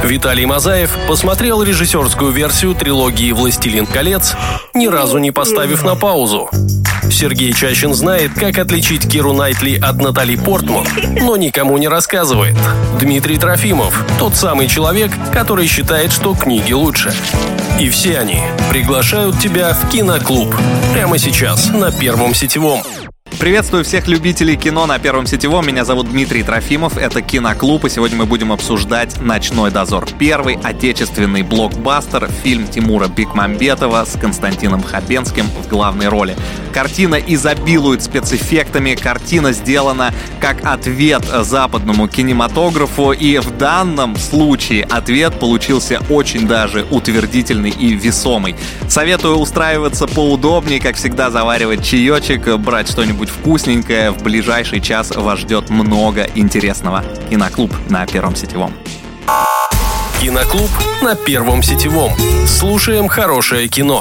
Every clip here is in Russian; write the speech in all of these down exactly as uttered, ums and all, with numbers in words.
Виталий Мазаев посмотрел режиссерскую версию трилогии «Властелин колец», ни разу не поставив на паузу. Сергей Чащин знает, как отличить Киру Найтли от Натали Портман, но никому не рассказывает. Дмитрий Трофимов – тот самый человек, который считает, что книги лучше. И все они приглашают тебя в киноклуб. Прямо сейчас на Первом сетевом. Приветствую всех любителей кино на Первом сетевом. Меня зовут Дмитрий Трофимов. Это Киноклуб, и сегодня мы будем обсуждать «Ночной дозор». Первый отечественный блокбастер, фильм Тимура Бекмамбетова с Константином Хабенским в главной роли. Картина изобилует спецэффектами, картина сделана как ответ западному кинематографу, и в данном случае ответ получился очень даже утвердительный и весомый. Советую устраиваться поудобнее, как всегда, заваривать чаечек, брать что-нибудь вкусненькое. В ближайший час вас ждет много интересного. Киноклуб на Первом сетевом. Киноклуб на Первом сетевом. Слушаем хорошее кино.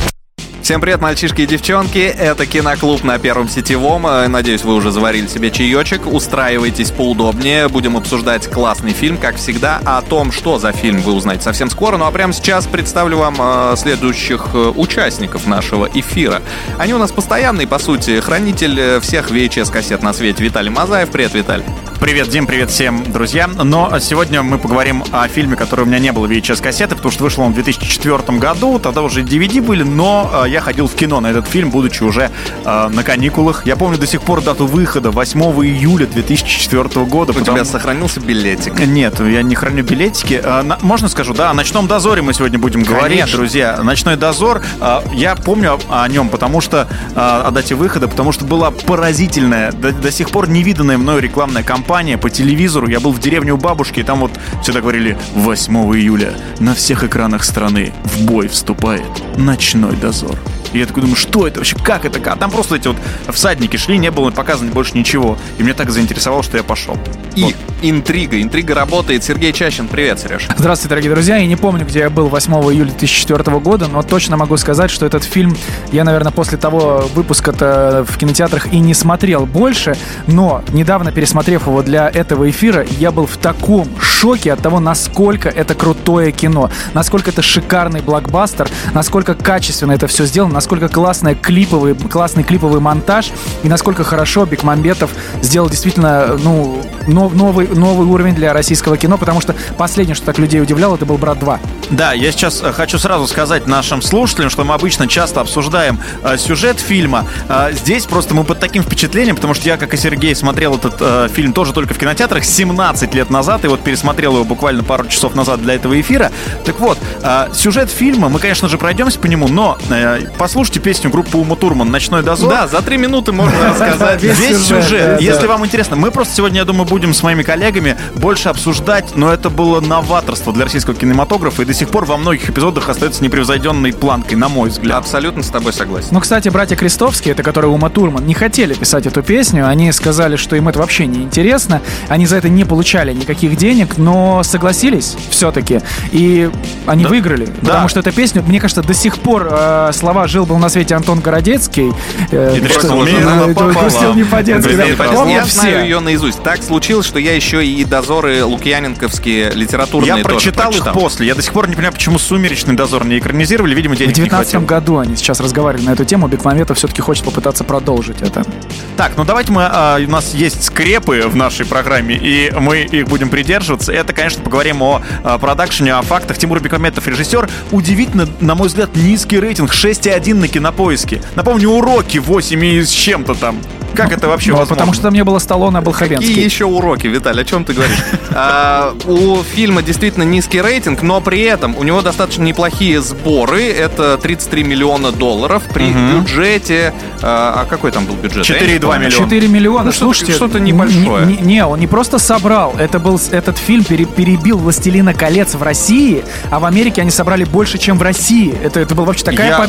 Всем привет, мальчишки и девчонки, это Киноклуб на Первом сетевом. Надеюсь, вы уже заварили себе чаечек. Устраивайтесь поудобнее, будем обсуждать классный фильм, как всегда. О том, что за фильм, вы узнаете совсем скоро. Ну а прямо сейчас представлю вам э, следующих э, участников нашего эфира. Они у нас постоянные, по сути, хранитель всех ви эйч эс-кассет на свете. Виталий Мазаев. Привет, Виталий. Привет, Дим, привет всем, друзья. Но сегодня мы поговорим о фильме, который у меня не было ви эйч эс-кассеты, потому что вышел он в две тысячи четвёртом году, тогда уже ди ви ди были, но э, я ходил в кино на этот фильм, будучи уже э, на каникулах. Я помню до сих пор дату выхода, восьмого июля две тысячи четвёртого года. У потому... тебя сохранился билетик? Нет, я не храню билетики. Э, на... Можно скажу, да, о «Ночном дозоре» мы сегодня будем говорить, Конечно. Друзья. «Ночной дозор», э, я помню о, о нем, потому что, э, о дате выхода, потому что была поразительная, до, до сих пор невиданная мною рекламная кампания по телевизору. Я был в деревне у бабушки, и там вот всегда говорили: восьмого июля на всех экранах страны в бой вступает «Ночной дозор». И я такой думаю, что это вообще, как это? А там просто эти вот всадники шли, не было показано больше ничего. И меня так заинтересовало, что я пошел. И вот. интрига, интрига работает. Сергей Чащин, привет, Сереж. Здравствуйте, дорогие друзья. Я не помню, где я был восьмого июля две тысячи четвёртого года, но точно могу сказать, что этот фильм я, наверное, после того выпуска-то в кинотеатрах и не смотрел больше. Но недавно, пересмотрев его для этого эфира, я был в таком шоке от того, насколько это крутое кино, насколько это шикарный блокбастер, насколько качественно это все сделано, насколько классный клиповый, классный клиповый монтаж и насколько хорошо Бекмамбетов сделал действительно, ну, новый, новый уровень для российского кино, потому что последнее, что так людей удивляло, это был «Брат два». Да, я сейчас хочу сразу сказать нашим слушателям, что мы обычно часто обсуждаем э, сюжет фильма. Э, здесь просто мы под таким впечатлением, потому что я, как и Сергей, смотрел этот э, фильм тоже только в кинотеатрах семнадцать лет назад, и вот пересмотрел его буквально пару часов назад для этого эфира. Так вот, э, сюжет фильма, мы, конечно же, пройдемся по нему, но э, послушайте песню группы Ума Турман «Ночной дозор». Да, за три минуты можно рассказать весь сюжет. Если вам интересно, мы просто сегодня, я думаю, будем с моими коллегами больше обсуждать, но это было новаторство для российского кинематографа, и до сих пор во многих эпизодах остается непревзойденной планкой, на мой взгляд. Абсолютно с тобой согласен. Ну, кстати, братья Крестовские, это которые Ума Турман, не хотели писать эту песню. Они сказали, что им это вообще не интересно. Они за это не получали никаких денег, но согласились все-таки. И они да. выиграли. Да. Потому что эта песня, мне кажется, до сих пор э, слова «Жил-был на свете Антон Городецкий». Э, и что, пустил не по-детски. Да, я знаю ее наизусть. Так случилось, что я еще и «Дозоры» лукьяненковские литературные я тоже прочитал. Я прочитал их после. Я до сих пор не понимаю, почему «Сумеречный дозор» не экранизировали. Видимо, денег не хватило. В девятнадцатом году они сейчас разговаривали на эту тему. Бекмамбетов все-таки хочет попытаться продолжить это. Так, ну давайте мы... А, у нас есть скрепы в нашей программе, и мы их будем придерживаться. Это, конечно, поговорим о а, продакшене, о фактах. Тимур Бекмамбетов, режиссер. Удивительно, на мой взгляд, низкий рейтинг. шесть и один на Кинопоиске. Напомню, «Уроки» восемь и с чем-то там. Как это вообще ну, возможно? Потому что там не было Сталлоне, а был Хабенский. Какие еще уроки, Виталий? О чем ты говоришь? а, у фильма действительно низкий рейтинг, но при этом у него достаточно неплохие сборы. Это тридцать три миллиона долларов при угу. бюджете... А, а какой там был бюджет? четыре и два миллиона. четыре миллиона. Ну, слушайте, что-то небольшое. Не, не, он не просто собрал. Это был, этот фильм пере, перебил «Властелина колец» в России, а в Америке они собрали больше, чем в России. Это, это была вообще такая Я победа. расскажу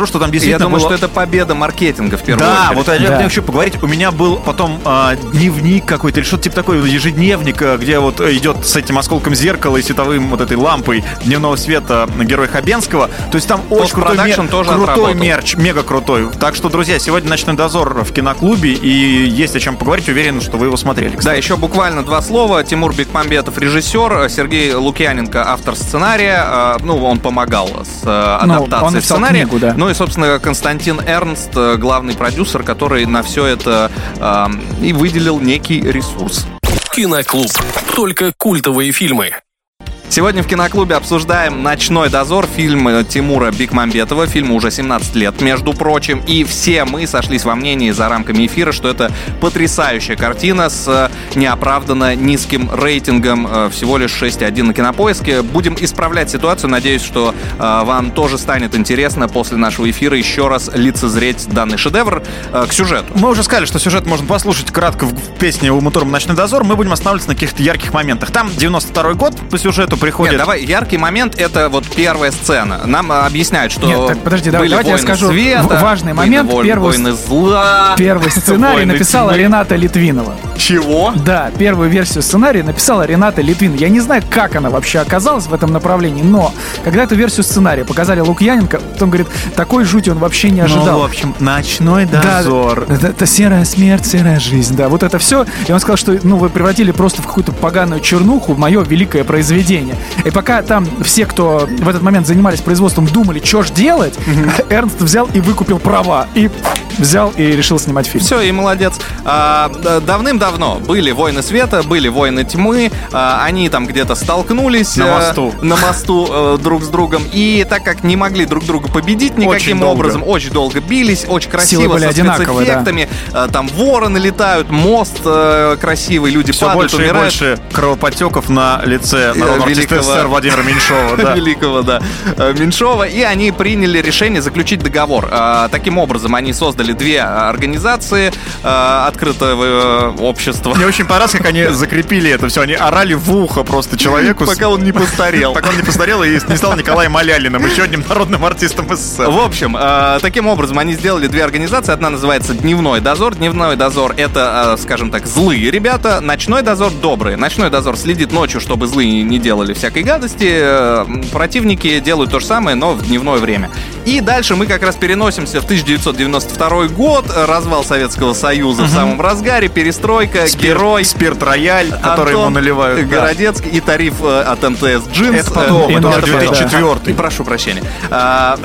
скажу, что там действительно Я думаю, было... что это победа маркетинга в первую Да, очередь. вот я, Да. я хочу поговорить. У меня был потом а, дневник какой-то или что-то типа такой, ежедневник, а, где вот идет с этим осколком зеркала и световым вот этой лампой дневного света герой Хабенского. То есть там очень крутой, Постпродакшн мер... тоже крутой отработал. мерч, мега крутой. Так что, друзья, сегодня «Ночной дозор» в киноклубе, и есть о чем поговорить. Уверен, что вы его смотрели. Да, Кстати. еще буквально два слова. Тимур Бекмамбетов, режиссер, Сергей Лукьяненко, автор сценария. Э, Ну, он помогал с э, Ну, он адаптацией написал сценария. книгу, да. Ну и, собственно, Константин Эрнст, э, главный продюсер, который на все это э, и выделил некий ресурс. Киноклуб. Только культовые фильмы. Сегодня в киноклубе обсуждаем «Ночной дозор», фильм Тимура Бекмамбетова. Фильму уже семнадцать лет, между прочим. И все мы сошлись во мнении за рамками эфира, что это потрясающая картина с неоправданно низким рейтингом, всего лишь шесть и один на Кинопоиске. Будем исправлять ситуацию. Надеюсь, что э, вам тоже станет интересно после нашего эфира еще раз лицезреть данный шедевр. Э, к сюжету. Мы уже сказали, что сюжет можно послушать кратко в песне «Ума Турман. Ночной дозор». Мы будем останавливаться на каких-то ярких моментах. Там девяносто второй год по сюжету приходит... Нет, давай, яркий момент — это вот первая сцена. Нам а, объясняют, что Нет, так, подожди, давай, были давайте я войны скажу света, в- важный были момент. войны, Первую- войны зла. Первый сценарий Войны написала тьмы. Рената Литвинова. Чего? Да, первую версию сценария написала Рената Литвинова. Я не знаю, как она вообще оказалась в этом направлении, но когда эту версию сценария показали Лукьяненко, он говорит, такой жути он вообще не ожидал. Ну, в общем, «Ночной Да, дозор». Это, это серая смерть, серая жизнь, да, вот это все. И он сказал, что ну, вы превратили просто в какую-то поганую чернуху мое великое произведение. И пока там все, кто в этот момент занимались производством, думали, что ж делать, Эрнст взял и выкупил права. И взял и решил снимать фильм. Все, и молодец. А, д- давным-давно были «Войны света», были «Войны тьмы». А, они там где-то столкнулись На э, мосту. на мосту э, друг с другом. И так как не могли друг друга победить никаким Очень долго. образом, очень долго бились, очень красиво, Силы были со одинаковые, спецэффектами. Э, Там вороны летают, мост э, красивый, люди Все падают, больше и умирают. больше кровоподтеков на лице народного артиста великого- СССР Владимира Меньшова. Да. Великого, да, э, Меньшова. И они приняли решение заключить договор. А, Таким образом, они создали две организации э, открытого э, общества. Мне очень понравилось, как они закрепили это все. Они орали в ухо просто человеку. Пока он не постарел. Пока он не постарел и не стал Николаем Малялиным, еще одним народным артистом СССР. В общем, э, таким образом они сделали две организации. Одна называется «Дневной дозор». «Дневной дозор» — это, э, скажем так, злые ребята. «Ночной дозор» — добрые. «Ночной дозор» следит ночью, чтобы злые не делали всякой гадости. Э, Противники делают то же самое, но в дневное время. И дальше мы как раз переносимся в тысяча девятьсот девяносто второй год. Развал Советского Союза в самом разгаре. Перестройка, герой. Спирт-рояль, который ему Антон наливают. да. Городецкий и тариф э, от МТС Джинс. Это потом, Э, это уже это две тысячи потом. четвёртый. И прошу прощения. А,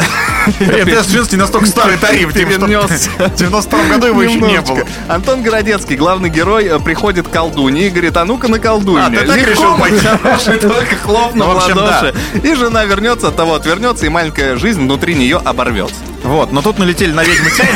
МТС Джинс не настолько старый тариф, тем, что Перенесся. в девяносто втором году его еще не Немножечко. было. Антон Городецкий, главный герой, э, приходит к колдуне и говорит: а ну-ка наколдуй А, меня. ты так Легко, решил мой пойти? хороший, только хлопнул Ну, в в общем, ладоши. И жена вернется, от того отвернется, и маленькая жизнь внутри нее оборвется. Вот, но тут налетели на ведьмы тени.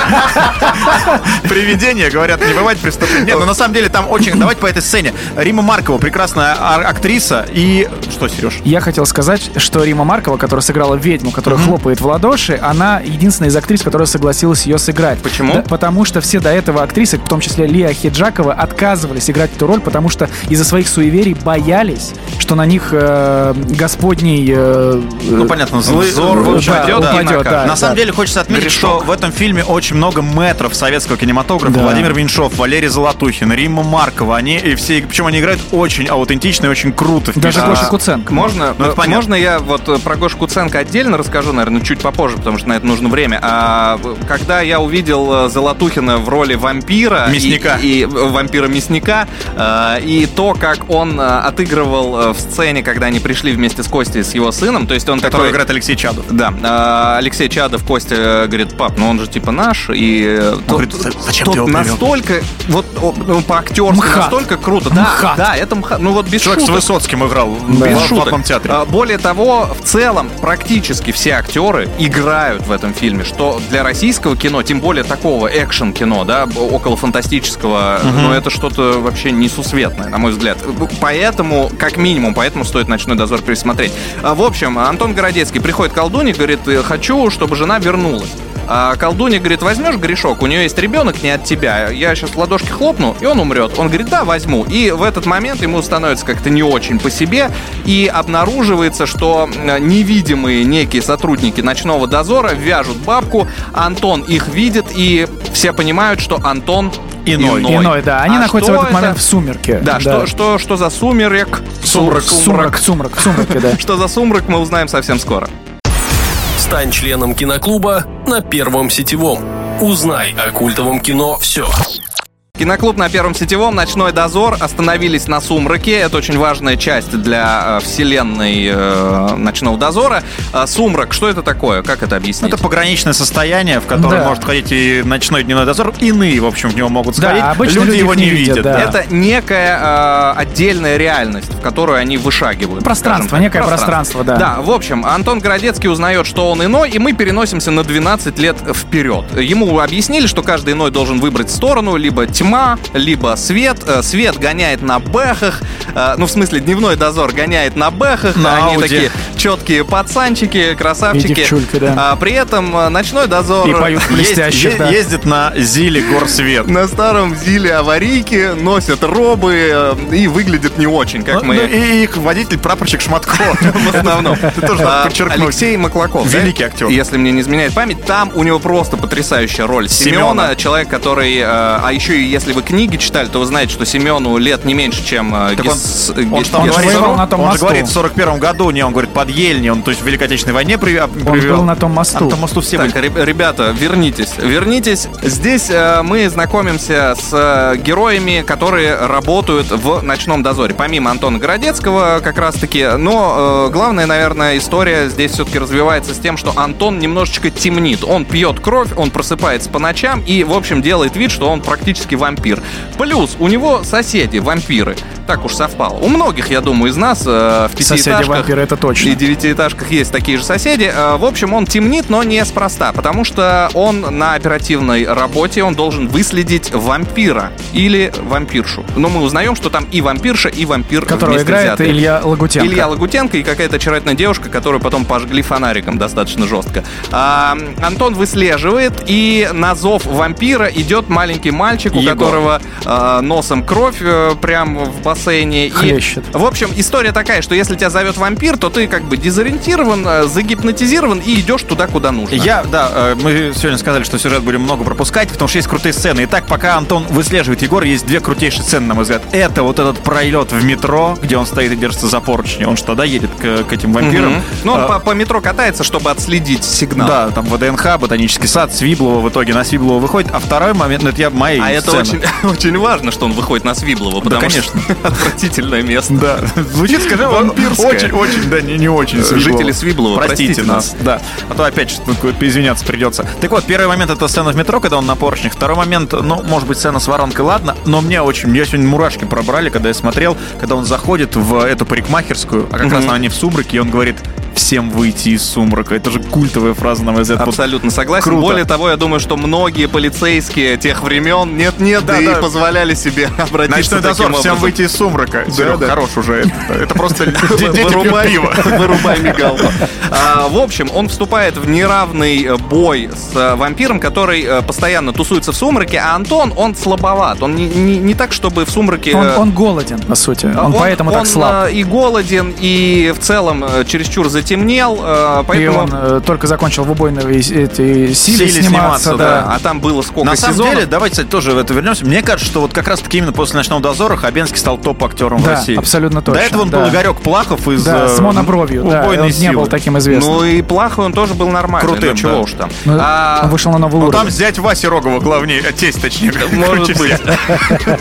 Привидения, говорят, не бывает преступлений. Нет, но на самом деле там очень... Давайте по этой сцене. Рима Маркова, прекрасная а- актриса. И... Что, Сереж? Я хотел сказать, что Рима Маркова, которая сыграла ведьму, которая хлопает в ладоши, она единственная из актрис, которая согласилась ее сыграть. Почему? Да, потому что все до этого актрисы, в том числе Лия Хиджакова, отказывались играть эту роль, потому что из-за своих суеверий боялись, что на них э, Господний... э, Ну, понятно, злый Взор вот упадет, упадет, да. упадет, да, На да. самом деле хочется отметить, Грешок. что в этом фильме очень много мэтров советского кинематографа. Да. Владимир Меньшов, Валерий Золотухин, Римма Маркова. Они и все, причем они играют очень аутентично и очень круто. в Даже фильме. Гоша Куценко. Можно, Ну, это э, понятно. можно я вот э, про Гошу Куценко отдельно расскажу, наверное, чуть попозже, потому что на это нужно время. А э, когда я увидел э, Золотухина в роли вампира... Мясника. И, и, э, вампира-мясника, э, и то, как он э, отыгрывал э, в сцене, когда они пришли вместе с Костей, с его сыном, то есть он Который такой... играет Алексей Чадов. Да, э, Алексей Чадов, Костя э, говорит: пап, ну он же типа наш, и э, тот, говорит: «За- зачем тот ты его привел?» настолько, вот о, ну, по-актерски МХАТ. настолько круто. Да, МХАТ. да, это МХАТ. Ну вот без Человек с шуток. Высоцким играл Без в шуток. Золотом театре. А, Более того, в целом, практически все актеры играют в этом фильме, что для российского кино, тем более такого экшен-кино, да, около фантастического, ну, это что-то вообще несусветное, на мой взгляд. Поэтому, как минимум, поэтому стоит «Ночной дозор» пересмотреть. А, В общем, Антон Городецкий приходит к колдуне и говорит: хочу, чтобы жена вернулась. А колдунья говорит, возьмешь грешок, у нее есть ребенок не от тебя, я сейчас в ладошки хлопну, и он умрет. Он говорит, да, возьму. И в этот момент ему становится как-то не очень по себе, и обнаруживается, что невидимые некие сотрудники ночного дозора вяжут бабку, Антон их видит, и все понимают, что Антон иной. Иной, иной да. Они а находятся в этот это? момент в сумерке. Да, да. Что, что, что за сумерек? Сумрак, сумрак, сумрак, в сумраке, да. Что за сумрак, мы узнаем совсем скоро. Стань членом киноклуба на Первом сетевом. Узнай о культовом кино все. Киноклуб на Первом сетевом, «Ночной дозор» остановились на «Сумраке». Это очень важная часть для э, вселенной э, «Ночного дозора». А «Сумрак», что это такое? Как это объяснить? Это пограничное состояние, в котором Да. может ходить и ночной, и дневной дозор. Иные, в общем, в него могут Да, сходить. обычно люди люди его их не не видят, видят. да. Это некая э, отдельная реальность, в которую они вышагивают. Пространство, скажем так. некое пространство, да. Да, в общем, Антон Городецкий узнает, что он иной, и мы переносимся на двенадцать лет вперед. Ему объяснили, что каждый иной должен выбрать сторону, либо тьма, либо свет. Свет гоняет на бэхах, ну, в смысле, дневной дозор гоняет на бэхах. На Они Ауди. такие четкие пацанчики, красавчики. И девчульки, да. А при этом ночной дозор... И поют в блестящих, Е- да. Ездит на Зиле Горсвет. На старом Зиле аварийки, носят робы э, и выглядят не очень, как Ну, мы... ну, и их водитель прапорщик Шматко. В основном. Это тоже надо А, подчеркнуть. Алексей Маклаков. да? Великий актер. Если мне не изменяет память, там у него просто потрясающая роль Семена. Семена. Человек, который... э, А еще и если вы книги читали, то вы знаете, что Семену лет не меньше, чем э, Так он- Гес- Он, Гес- что, он Гес- говорит, воевал на том он же мосту. говорит, в сорок первом году, не, он говорит, под Ельни, он, то есть в Великой Отечественной войне при- Он привел. был на том мосту. А на том мосту все Так, были. ре- ребята, вернитесь, вернитесь. Здесь э, мы знакомимся с э, героями, которые работают в «Ночном дозоре». Помимо Антона Городецкого, как раз-таки. Но э, главная, наверное, история здесь все-таки развивается с тем, что Антон немножечко темнит. Он пьет кровь, он просыпается по ночам и, в общем, делает вид, что он практически вампир. Плюс у него соседи вампиры. Так уж совпало. У многих, я думаю, из нас э, в Соседи пятиэтажках вампиры, это точно. и девятиэтажках есть такие же соседи. Э, В общем, он темнит, но неспроста, потому что он на оперативной работе, он должен выследить вампира или вампиршу. Но мы узнаем, что там и вампирша, и вампир Которого вместе играет взятые. Илья Лагутенко. Илья Лагутенко и какая-то очаровательная девушка, которую потом пожгли фонариком достаточно жестко. А, Антон выслеживает, и на зов вампира идет маленький мальчик, у Егор. которого а, носом кровь э, прям в бассейне. И, Хлещет. в общем, история такая, что если тебя зовет вампир, то ты как бы дезориентирован, э, загипнотизирован и идешь туда, куда нужно. Я, да, э, мы сегодня сказали, что сюжет будем много пропускать, потому что есть крутые сцены. Итак, пока Антон выслеживает Егора, есть две крутейшие сцены, на мой взгляд. Это вот этот пролет в метро, где он стоит и держится за поручни. Он что, да, едет к, к этим вампирам. Мгм. Ну, он А, по, по метро катается, чтобы отследить сигнал. Да, там ВДНХ, Ботанический сад, Свиблово в итоге на Свиблово выходит. А второй момент, ну это я мои А это сцены. очень, очень важно, что он выходит на Свиблово, потому конечно. что отвратительное место. Да, звучит, скажи, Вампирское. очень, очень, да, не, не очень. Свиблово. Жители Свиблова, простите, простите нас. нас. Да, а то опять что-то извиняться придется. Так вот, первый момент — это сцена в метро, когда он на поручнях. Второй момент, ну, может быть, сцена с воронкой, ладно, но мне очень, меня сегодня мурашки пробрали, когда я смотрел, когда он заходит в эту парикмахерскую, а как раз они в сумраке, и он говорит: всем выйти из сумрака. Это же культовая фраза, на мой взгляд. Вот Абсолютно согласен. круто. Более того, я думаю, что многие полицейские тех времен нет-нет, да, Да, и да. позволяли себе обратиться Ночной таким дозор, всем образом. выйти из сумрака. Серег, да. хорош уже. Это, это просто дети Вырубай, пива. вырубай мигалку. А, в общем, он вступает в неравный бой с э, вампиром, который э, постоянно тусуется в сумраке, а Антон, он слабоват. Он не, не- не так, чтобы в сумраке... Он, э, он голоден, по сути. Он, он- поэтому он, так слаб. э, и голоден, и в целом э, чересчур затемнел, э, И поэтому... он э, только закончил в убойной э, этой силе, Силе сниматься, сниматься, да. А там было сколько На самом сезонов? деле, давайте, кстати, тоже в это вернемся. Мне кажется, что вот как раз-таки именно после «Ночного дозора» Хабенский стал топ-актером в Да, России. абсолютно точно, До этого он да. был Игорек Плахов из Да, с э, монобровью, да, он «Убойной не силы». был таким известным. Ну и плохой он тоже был нормальный. Крутым, ну чего да. уж там. Ну, А, он вышел на новый Ну уровень. там зять Васи Рогова главнее, а тесть точнее. Может круче быть. всех.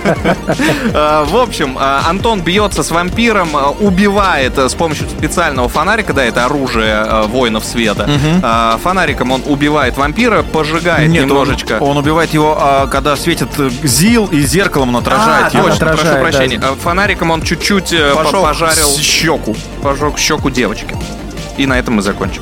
А, В общем, а, Антон бьется с вампиром, а, убивает а, с помощью специального фонарика, да, это оружие а, воинов света. А, Фонариком он убивает вампира, пожигает Нет, немножечко. Он, он убивает его, а, когда светит э, ЗИЛ, и зеркалом он отражает А, его. точно, прошу отражает, прощения. А, Фонариком он чуть-чуть э, по- Пошел пожарил, с щеку. пожег щеку девочки. И на этом мы закончим.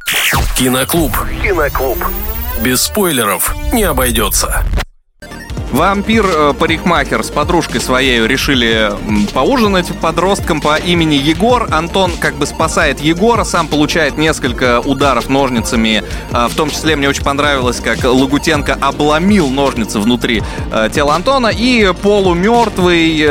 Киноклуб. Киноклуб. Без спойлеров не обойдется. Вампир-парикмахер с подружкой своей решили поужинать подростком по имени Егор. Антон как бы спасает Егора, сам получает несколько ударов ножницами. В том числе мне очень понравилось, как Лагутенко обломил ножницы внутри тела Антона. И полумертвый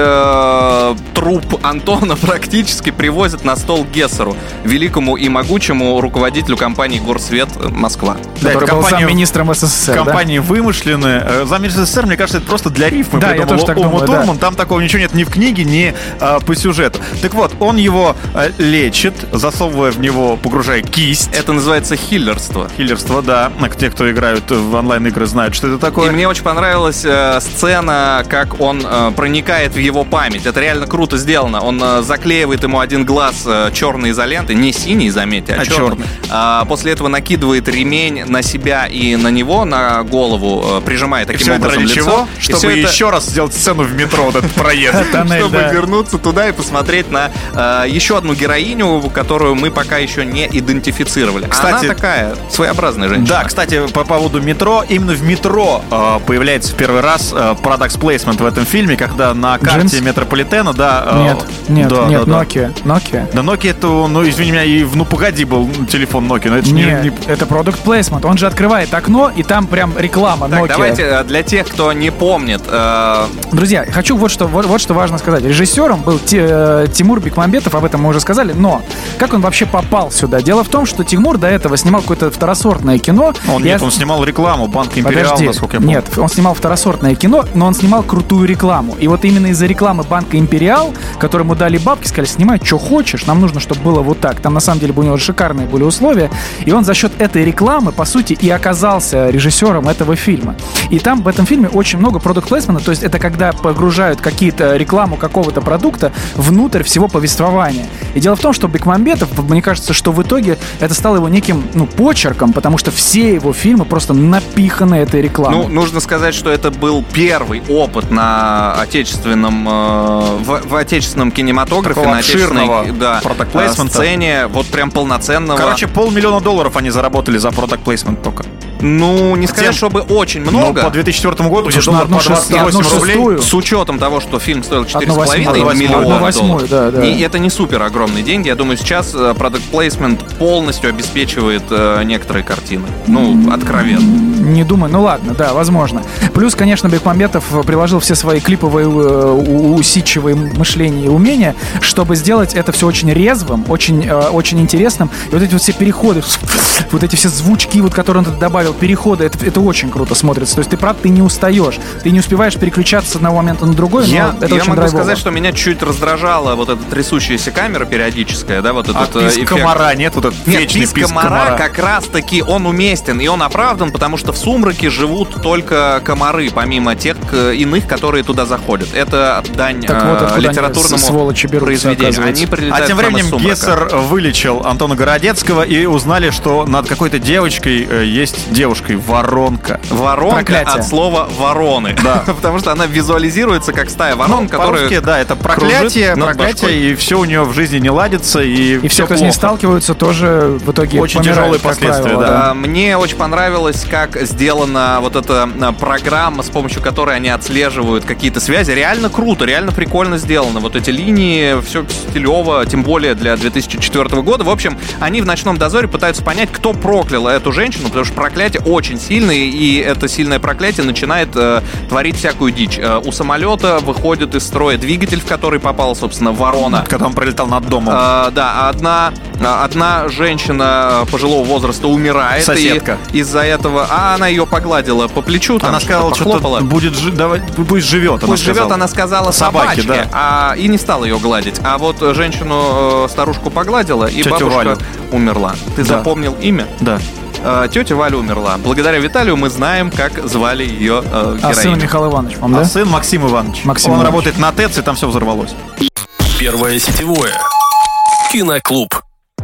э, труп Антона практически привозят на стол Гессеру, великому и могучему руководителю компании «Горсвет Москва». Да, который был замминистром СССР. Компании да? вымышленные. Замминистр СССР, мне кажется, это просто для рифмы. Да, я тоже так Ума думаю, Турман, да. Там такого ничего нет ни в книге, ни а, по сюжету. Так вот, он его а, лечит, засовывая в него, погружая кисть. Это называется хиллерство. Хиллерство, да. Те, кто играют в онлайн-игры, знают, что это такое. И мне очень понравилась э, сцена, как он э, проникает в его память. Это реально круто сделано. Он э, заклеивает ему один глаз э, черной изолентой, не синий, заметьте, а, а черный. черный. А, после этого накидывает ремень на себя и на него, на голову, э, прижимая таким и все образом это лицо. Чего? Чтобы это... еще раз сделать сцену в метро, вот этот проезд. Чтобы вернуться туда и посмотреть на еще одну героиню, которую мы пока еще не идентифицировали. Она такая своеобразная женщина. Да, кстати, по поводу метро. Именно в метро появляется в первый раз продакт плейсмент в этом фильме, когда на карте метрополитена, да... Нет, нет, нет, Nokia. Nokia. Да, Nokia это, ну, извини меня, и в «Ну, погоди» был телефон Nokia, но это же не... это продакт плейсмент. Он же открывает окно, и там прям реклама Nokia. Так, давайте для тех, кто не помнит... Друзья, хочу вот что, вот, вот что важно сказать. Режиссером был Ти, Тимур Бекмамбетов, об этом мы уже сказали, но как он вообще попал сюда? Дело в том, что Тимур до этого снимал какое-то второсортное кино. Он, Я... Нет, он снимал рекламу Банк Империал, Подожди, насколько я помню. Нет, он снимал второсортное кино, но он снимал крутую рекламу. И вот именно из-за рекламы Банка Империал, которому дали бабки, сказали, снимай, что хочешь, нам нужно, чтобы было вот так. Там на самом деле у него шикарные были условия. И он за счет этой рекламы, по сути, и оказался режиссером этого фильма. И там в этом фильме очень много продакт-плейсмента, то есть это когда погружают какие-то рекламу какого-то продукта внутрь всего повествования. И дело в том, что Бекмамбетов, мне кажется, что в итоге это стало его неким, ну, почерком, потому что все его фильмы просто напиханы этой рекламой. Ну, нужно сказать, что это был первый опыт на отечественном, э, в, в отечественном кинематографе, такого на отечественной да, сцене, вот прям полноценного. Короче, полмиллиона долларов они заработали за продакт-плейсмент только. Ну, не сказать, чтобы очень много. Но по две тысячи четвёртому году где доллар по двадцать восемь рублей. С учетом того, что фильм стоил четыре с половиной миллиона долларов. Да, да. И это не супер огромные деньги. Я думаю, сейчас продакт плейсмент полностью обеспечивает э, некоторые картины. Ну, откровенно. Не думаю. Ну ладно, да, возможно. Плюс, конечно, Бекмамбетов приложил все свои клиповые э, усидчивые мышления и умения, чтобы сделать это все очень резвым, очень, э, очень интересным. И вот эти вот все переходы, вот эти все звучки, вот, которые он добавил, переходы, это, это очень круто смотрится. То есть ты, правда, ты не устаешь. Ты не успеваешь переключаться с одного момента на другой, я, но это я очень могу драйвово. сказать, что меня чуть раздражала вот эта трясущаяся камера периодическая, да, вот этот а писк эффект. комара нет, вот этот Нет, вечный писк писк комара, комара как раз-таки он уместен, и он оправдан, потому что в сумраке живут только комары, помимо тех иных, которые туда заходят. Это дань так вот, э, литературному произведению. Они а тем временем Гессер вылечил Антона Городецкого, и узнали, что над какой-то девочкой э, есть девушкой воронка. Воронка проклятие. От слова вороны. Да. Потому что она визуализируется как стая ворон, ну, которая по-русски, да, это проклятие, проклятие, и все у нее в жизни не ладится, и, и все, кто плохо. С ней сталкиваются, тоже в итоге очень помирают, тяжелые последствия, правило, да. да. Мне очень понравилось, как сделана вот эта программа, с помощью которой они отслеживают какие-то связи. Реально круто, реально прикольно сделано. Вот эти линии, все стилево, тем более для две тысячи четвёртого года. В общем, они в «Ночном дозоре» пытаются понять, кто проклял эту женщину, потому что проклятие очень сильное, и это сильное проклятие начинает э, творить всякую дичь. Э, у самолета выходит из строя двигатель, в который попала, собственно, ворона. Когда он пролетал над домом. Э, да, одна, одна женщина пожилого возраста умирает. Соседка. И из-за этого... А она ее погладила по плечу. Там, она сказала, что будет жи... Давай, пусть живет. Пусть она живет, сказала. Она сказала собаке, собачке, да. а, и не стала ее гладить. А вот женщину, старушку погладила, и Тетю бабушка Валю. умерла. Ты да. запомнил имя? Да. Тетя Валя умерла. Благодаря Виталию мы знаем, как звали ее э, героиню. А сын Михаил Иванович, по-моему, а да? сын Максим Иванович. Максим Он Иванович. работает на ТЭЦ, и там все взорвалось. Первое сетевое. Киноклуб.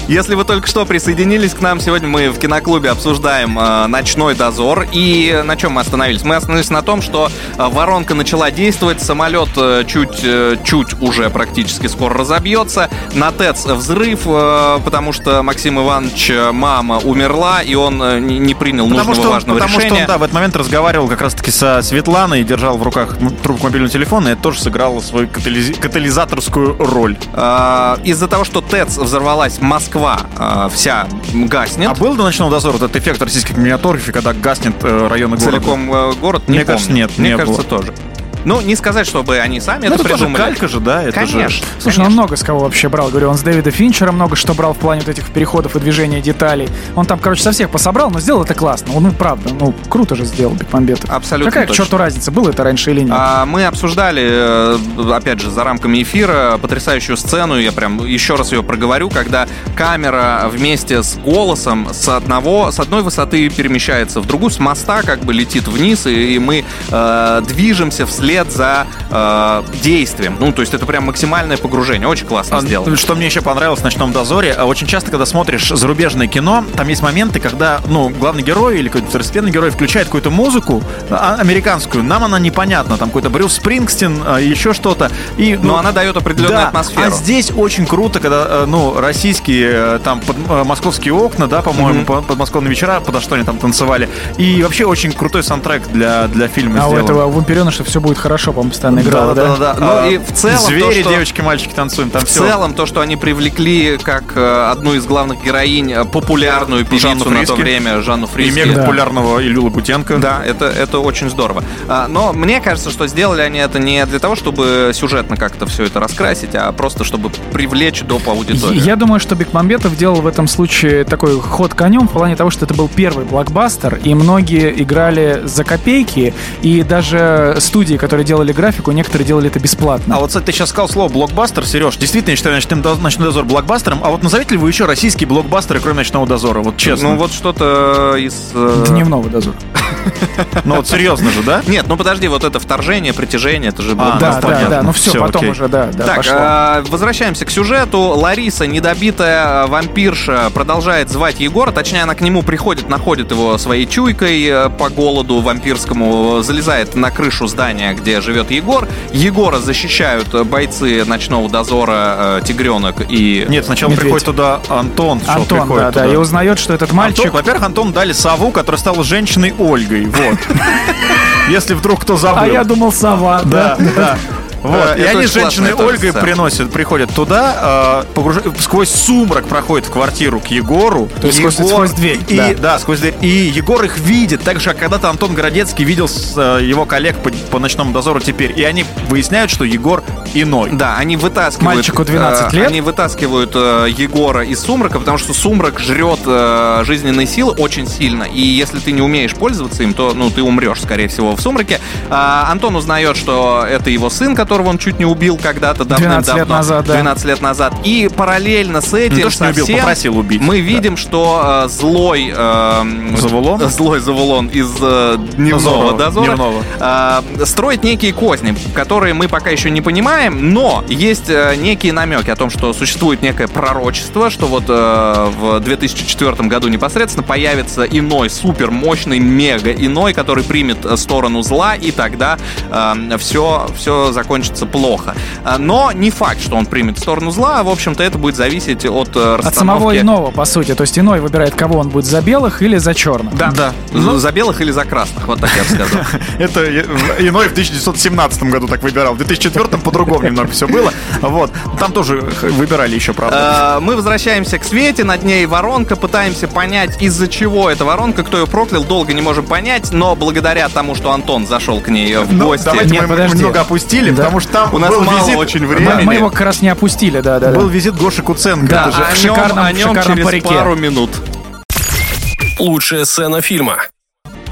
Если вы только что присоединились к нам, сегодня мы в киноклубе обсуждаем э, «Ночной дозор». И на чем мы остановились? Мы остановились на том, что э, воронка начала действовать, самолет э, чуть, э, чуть уже практически скоро разобьется. На ТЭЦ взрыв, э, потому что Максим Иванович, мама, умерла, и он э, не принял потому нужного что, важного потому решения. Потому что он, да, в этот момент разговаривал как раз-таки со Светланой, держал в руках трубку мобильного телефона, и это тоже сыграло свою катализ... катализаторскую роль. Э, из-за того, что ТЭЦ взорвалась, Москва э, вся гаснет. А был до «Ночного дозора» этот эффект российской кинематографии, когда гаснет э, районы города? Целиком э, город? Не Мне помню. кажется, нет. Мне не кажется, было. тоже. Ну, не сказать, чтобы они сами ну, это, это придумали. Тоже калька же, да? Это конечно. Же... Слушай, конечно. Он много с кого вообще брал. Говорю, он с Дэвида Финчера много что брал в плане вот этих переходов и движения деталей. Он там, короче, со всех пособрал, но сделал это классно. Он, ну, правда, ну, круто же сделал Бекмамбетов. Абсолютно Какая точно. к черту разница, было это раньше или нет? А, мы обсуждали, опять же, за рамками эфира потрясающую сцену, я прям еще раз ее проговорю, когда камера вместе с голосом с, одного, с одной высоты перемещается в другую, с моста как бы летит вниз, и, и мы э, движемся вслед за э, действием. Ну, то есть это прям максимальное погружение. Очень классно а, сделано. Что мне еще понравилось в «Ночном дозоре», очень часто, когда смотришь зарубежное кино, там есть моменты, когда, ну, главный герой или какой-то второстепенный герой включает какую-то музыку а, американскую, нам она непонятна, там какой-то Брюс Спрингстин, а, еще что-то. И, ну, но она дает определенную да, атмосферу. А здесь очень круто, когда, ну, российские, там, под, московские окна, да, по-моему, mm-hmm. подмосковные вечера, подо что они там танцевали. И вообще очень крутой саундтрек для, для фильма а сделан. у этого Вампирена, что все будет хорошо, по-моему, постоянно играла, да? Да, да, да. Ну а, и в целом звери, то, что... девочки, мальчики танцуем, там в все. В целом, то, что они привлекли как одну из главных героинь популярную певицу на то время, Жанну Фриске. И мега популярного Илью Лагутенко. Да, это, это очень здорово. Но мне кажется, что сделали они это не для того, чтобы сюжетно как-то все это раскрасить, а просто чтобы привлечь доп. Аудиторию. Я думаю, что Бекмамбетов делал в этом случае такой ход конем в плане того, что это был первый блокбастер, и многие играли за копейки, и даже студии, которые делали графику, некоторые делали это бесплатно. А вот, кстати, ты сейчас сказал слово блокбастер, Сереж. Действительно, я считаю «Ночной дозор» блокбастером. А вот назовете ли вы еще российские блокбастеры, кроме «Ночного дозора»? Вот честно. Ну вот что-то из... Дневного дозора. Ну вот серьезно же, да? Нет, ну подожди, вот это «Вторжение», «Притяжение», это же блокбастер. Да, да, да, ну все, потом уже, да, да, пошло. Так, возвращаемся к сюжету. Лариса, недобитая вампирша, продолжает звать Егора, точнее, она к нему приходит, находит его своей чуйкой по голоду вампирскому, залезает на крышу здания, где живет Егор. Егора защищают бойцы «Ночного дозора», Тигренок и... Нет, сначала Медведь. Приходит туда Антон. Антон, приходит да, туда. да, и узнает, что этот мальчик... Антон, во-первых, Антону дали сову, которая стала женщиной Ольгой, вот. Если вдруг кто забыл. А я думал, сова, да? Да, да. Вот. Это и они с очень женщиной классная Ольгой сцена. приносят, приходят туда, э, погруж... сквозь сумрак проходят в квартиру к Егору. То есть Егор... сквозь, сквозь дверь. И, да. да, сквозь дверь. И Егор их видит, так же, как когда-то Антон Городецкий видел с, э, его коллег по, по «Ночному дозору» теперь. И они выясняют, что Егор иной. Да, они вытаскивают... Мальчику двенадцать э, лет. Они вытаскивают э, Егора из сумрака, потому что сумрак жрет э, жизненные силы очень сильно. И если ты не умеешь пользоваться им, то ну, ты умрешь, скорее всего, в сумраке. Э, Антон узнает, что это его сын, которого он чуть не убил когда-то давным-давно. двенадцать лет назад, да. двенадцать лет назад. И параллельно с этим Не то, что не убил, совсем попросил убить. мы видим, что э, злой... Э, Завулон? Злой Завулон из э, Дневного Дозора, дозора Дневного. э, строит некие козни, которые мы пока еще не понимаем, но есть э, некие намеки о том, что существует некое пророчество, что вот э, в две тысячи четвёртом году непосредственно появится иной, супер мощный, мега иной, который примет сторону зла, и тогда э, все, все закончится плохо. Но не факт, что он примет сторону зла, в общем-то, это будет зависеть от э, расстановки. От самого иного, по сути. То есть иной выбирает, кого он будет, за белых или за черных. Да, Да. За, за белых или за красных, вот так я бы сказал. Это иной в тысяча девятьсот семнадцатом году так выбирал. В две тысячи четвёртом по-другому немного все было. Вот. Там тоже выбирали еще, правда. Э, Мы возвращаемся к Свете, над ней воронка, пытаемся понять, из-за чего эта воронка, кто ее проклял, долго не можем понять, но благодаря тому, что Антон зашел к ней в Ну, гости... давайте Нет, мы подожди. немного опустили, Да. потому что там У нас был мало визит, очень Мы, времени. мы его как раз не опустили, да, да. был да. визит Гоши Куценко. Да, Это же о в нем, шикарном- о нем в шикарном через парике. пару минут. Лучшая сцена фильма.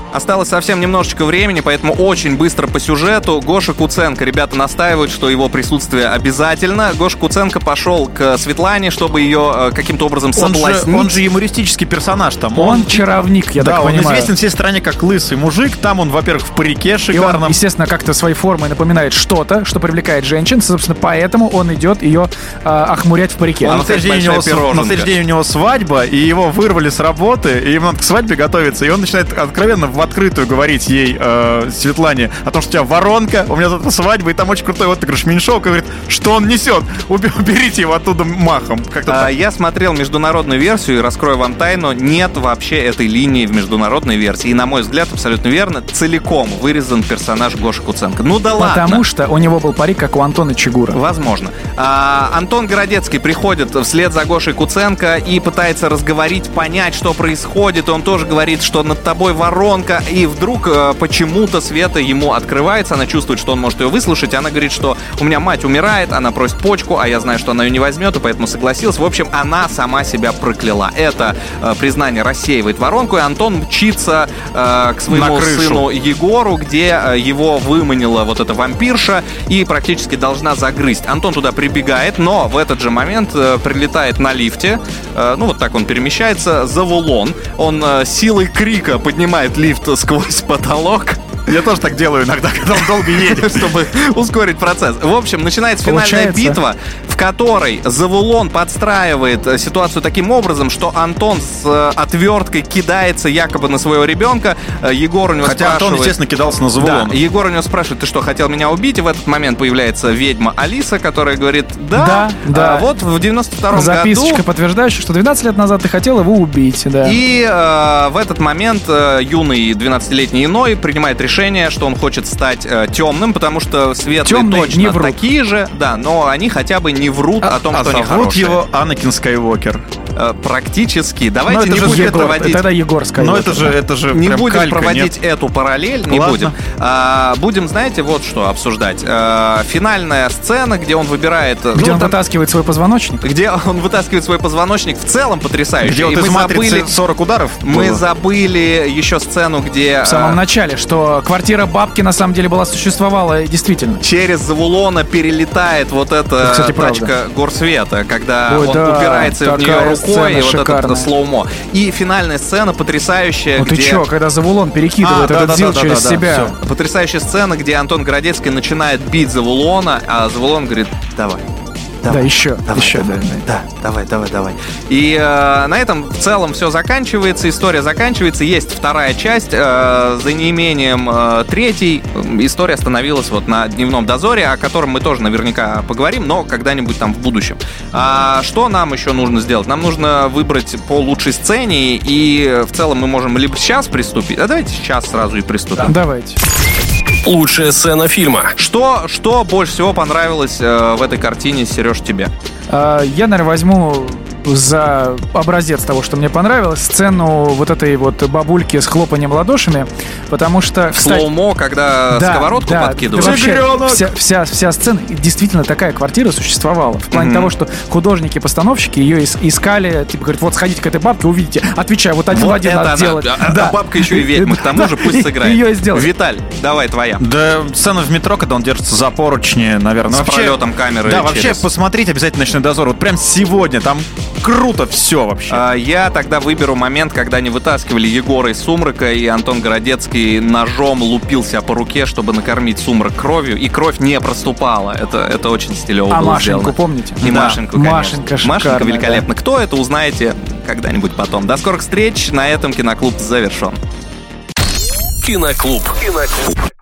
Осталось совсем немножечко времени, поэтому очень быстро по сюжету. Гоша Куценко, ребята настаивают, что его присутствие обязательно. Гоша Куценко пошел к Светлане, чтобы ее э, каким-то образом соблазнить. Он же, он же юмористический персонаж там. Он, он чаровник, я да, так он понимаю. известен всей стране как лысый мужик. Там он, во-первых, в парике шикарном. И он, естественно, как-то своей формой напоминает что-то, что привлекает женщин. Собственно, поэтому он идет ее э, охмурять в парике. А на следующий день, на следующий день у него свадьба, и его вырвали с работы, и ему надо к свадьбе готовиться, и он начинает откровенно в открытую говорить ей, э, Светлане, о том, что у тебя воронка, у меня завтра свадьба, и там очень крутой отыгрыш Меньшовка, говорит, что он несет, уберите его оттуда махом. А, я смотрел международную версию, и раскрою вам тайну, нет вообще этой линии в международной версии, и, на мой взгляд, абсолютно верно, целиком вырезан персонаж Гоши Куценко. Ну да ладно. Потому что у него был парик, как у Антона Чигура. Возможно. А, Антон Городецкий приходит вслед за Гошей Куценко и пытается разговорить, понять, что происходит. И он тоже говорит, что над тобой воронка. И вдруг э, почему-то Света ему открывается. Она чувствует, что он может ее выслушать. Она говорит, что у меня мать умирает, она просит почку, а я знаю, что она ее не возьмет, и поэтому согласилась. В общем, она сама себя прокляла. Это э, признание рассеивает воронку, и Антон мчится э, к своему сыну Егору, где э, его выманила вот эта вампирша и практически должна загрызть. Антон туда прибегает, но в этот же момент э, прилетает на лифте, э, ну вот так он перемещается, Завулон. Он э, силой крика поднимает лифт сквозь потолок. Я тоже так делаю иногда, когда он долго едет, чтобы ускорить процесс. В общем, начинается финальная битва, в которой Завулон подстраивает ситуацию таким образом, что Антон с отверткой кидается якобы на своего ребенка. Егор у него Хотя спрашивает... Антон, естественно, кидался на Завулона. Да, Егор у него спрашивает, ты что, хотел меня убить? И в этот момент появляется ведьма Алиса, которая говорит, да, да, да. А, вот в девяносто втором году... Записочка, подтверждающая, что двенадцать лет назад ты хотел его убить, да. И э, в этот момент э, юный двенадцатилетний Иной принимает решение, что он хочет стать э, темным, потому что светлые Темные точно такие же, да, но они хотя бы не врут а, о том, а что они хорошие. зовут его Анакин Скайуокер. Э, практически. Давайте не будем Егор, проводить... Тогда Егор Скайуокер. Но это же, это же Не прям будем калька, проводить нет? эту параллель, не Ладно. будем. А, будем, знаете, вот что обсуждать. А, финальная сцена, где он выбирает... Где ну, он там, вытаскивает свой позвоночник. Где он вытаскивает свой позвоночник, в целом потрясающий. Где вот И из мы «Матрицы» забыли, сорок ударов мы было? забыли еще сцену, где... В самом а, начале, что квартира бабки на самом деле была существовала действительно. через Завулона перелетает вот эта Это, кстати, тачка правда. Горсвета, когда Ой, он да, упирается в нее такая рукой, сцена и вот шикарная. это слоумо. И финальная сцена потрясающая, Ну где... ты чё, когда Завулон перекидывает А, да, этот да, зил да, через да, да, себя. всё. Потрясающая сцена, где Антон Городецкий начинает бить Завулона, а Завулон говорит, давай. Да, еще, давай, еще, давай, да, да. да, давай, давай, давай. И э, на этом в целом все заканчивается, история заканчивается. Есть вторая часть, э, за неимением э, третьей. История остановилась вот на «Дневном дозоре», о котором мы тоже наверняка поговорим, но когда-нибудь там в будущем. А что нам еще нужно сделать? Нам нужно выбрать по лучшей сцене, и в целом мы можем либо сейчас приступить, а давайте сейчас сразу и приступим. Давайте. Лучшая сцена фильма. Что, что больше всего понравилось э, в этой картине, Сереж, тебе? А, Я, наверное, возьму за образец того, что мне понравилось, сцену вот этой вот бабульки с хлопанием ладошами, потому что... В слоумо, когда Да, сковородку да, подкидывают. да, вообще, вся, вся, вся сцена, действительно такая квартира существовала. В плане Мгм. того, что художники-постановщики ее ис- искали, типа, говорят, вот сходите к этой бабке, увидите. Отвечаю, вот один в Вот один это надо она. делать. А, а бабка еще и ведьма, к тому же пусть И- сыграет. Ее и сделать. Виталь, давай твоя. Да, сцена в метро, когда он держится за поручни, наверное. С пролетом камеры Да, вообще через- посмотрите обязательно «Ночной дозор». Вот прям сегодня, там круто все вообще. А, я тогда выберу момент, когда они вытаскивали Егора из сумрака, и Антон Городецкий ножом лупил себя по руке, чтобы накормить сумрак кровью, и кровь не проступала. Это, это очень стилево А было Машеньку сделано. помните? И Да. Машеньку, конечно. Машенька шикарная, Машенька великолепна. Кто это, узнаете когда-нибудь потом. До скорых встреч. На этом Киноклуб завершен. Киноклуб. Киноклуб.